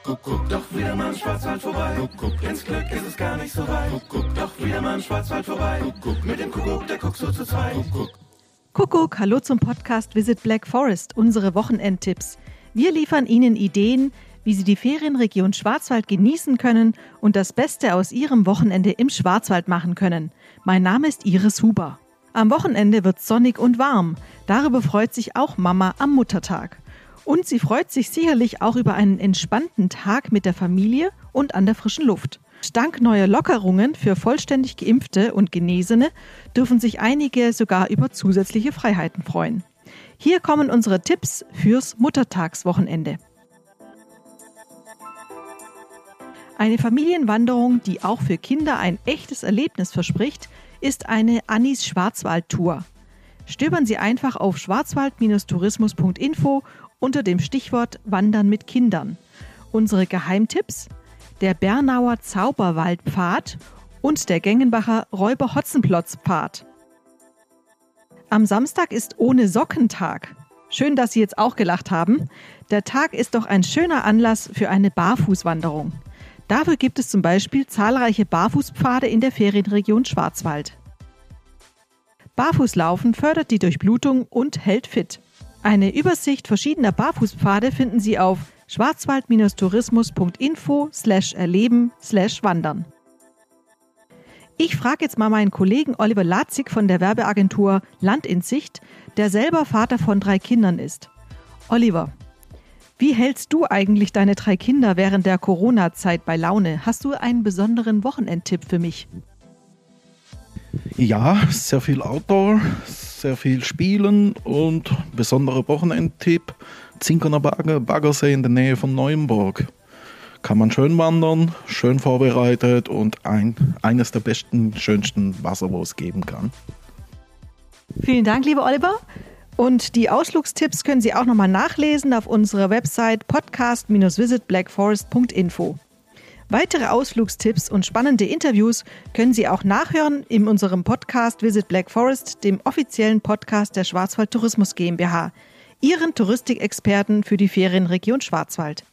Doch wieder mal im Schwarzwald vorbei. Ins Glück ist es gar nicht so weit. Doch wieder mal im Schwarzwald vorbei. Mit dem Kuckuck, der guckt so zu zweit. Kuckuck, hallo zum Podcast Visit Black Forest, unsere Wochenendtipps. Wir liefern Ihnen Ideen, wie Sie die Ferienregion Schwarzwald genießen können und das Beste aus Ihrem Wochenende im Schwarzwald machen können. Mein Name ist Iris Huber. Am Wochenende wird es sonnig und warm. Darüber freut sich auch Mama am Muttertag. Und sie freut sich sicherlich auch über einen entspannten Tag mit der Familie und an der frischen Luft. Dank neuer Lockerungen für vollständig Geimpfte und Genesene dürfen sich einige sogar über zusätzliche Freiheiten freuen. Hier kommen unsere Tipps fürs Muttertagswochenende. Eine Familienwanderung, die auch für Kinder ein echtes Erlebnis verspricht, ist eine Annis Schwarzwald-Tour. Stöbern Sie einfach auf schwarzwald-tourismus.info unter dem Stichwort Wandern mit Kindern. Unsere Geheimtipps: der Bernauer Zauberwaldpfad und der Gengenbacher Räuber-Hotzenplotz-Pfad. Am Samstag ist ohne Sockentag. Schön, dass Sie jetzt auch gelacht haben. Der Tag ist doch ein schöner Anlass für eine Barfußwanderung. Dafür gibt es zum Beispiel zahlreiche Barfußpfade in der Ferienregion Schwarzwald. Barfußlaufen fördert die Durchblutung und hält fit. Eine Übersicht verschiedener Barfußpfade finden Sie auf schwarzwald-tourismus.info/erleben/wandern. Ich frage jetzt mal meinen Kollegen Oliver Latzig von der Werbeagentur Land in Sicht, der selber Vater von 3 Kindern ist. Oliver, wie hältst du eigentlich deine 3 Kinder während der Corona-Zeit bei Laune? Hast du einen besonderen Wochenendtipp für mich? Ja, sehr viel Outdoor, sehr viel Spielen und besonderer Wochenendtipp: Zinkerner Baggersee in der Nähe von Neuenburg. Kann man schön wandern, schön vorbereitet und eines der besten, schönsten Wasser, wo es geben kann. Vielen Dank, lieber Oliver. Und die Ausflugstipps können Sie auch nochmal nachlesen auf unserer Website podcast-visitblackforest.info. Weitere Ausflugstipps und spannende Interviews können Sie auch nachhören in unserem Podcast Visit Black Forest, dem offiziellen Podcast der Schwarzwald Tourismus GmbH, Ihren Touristikexperten für die Ferienregion Schwarzwald.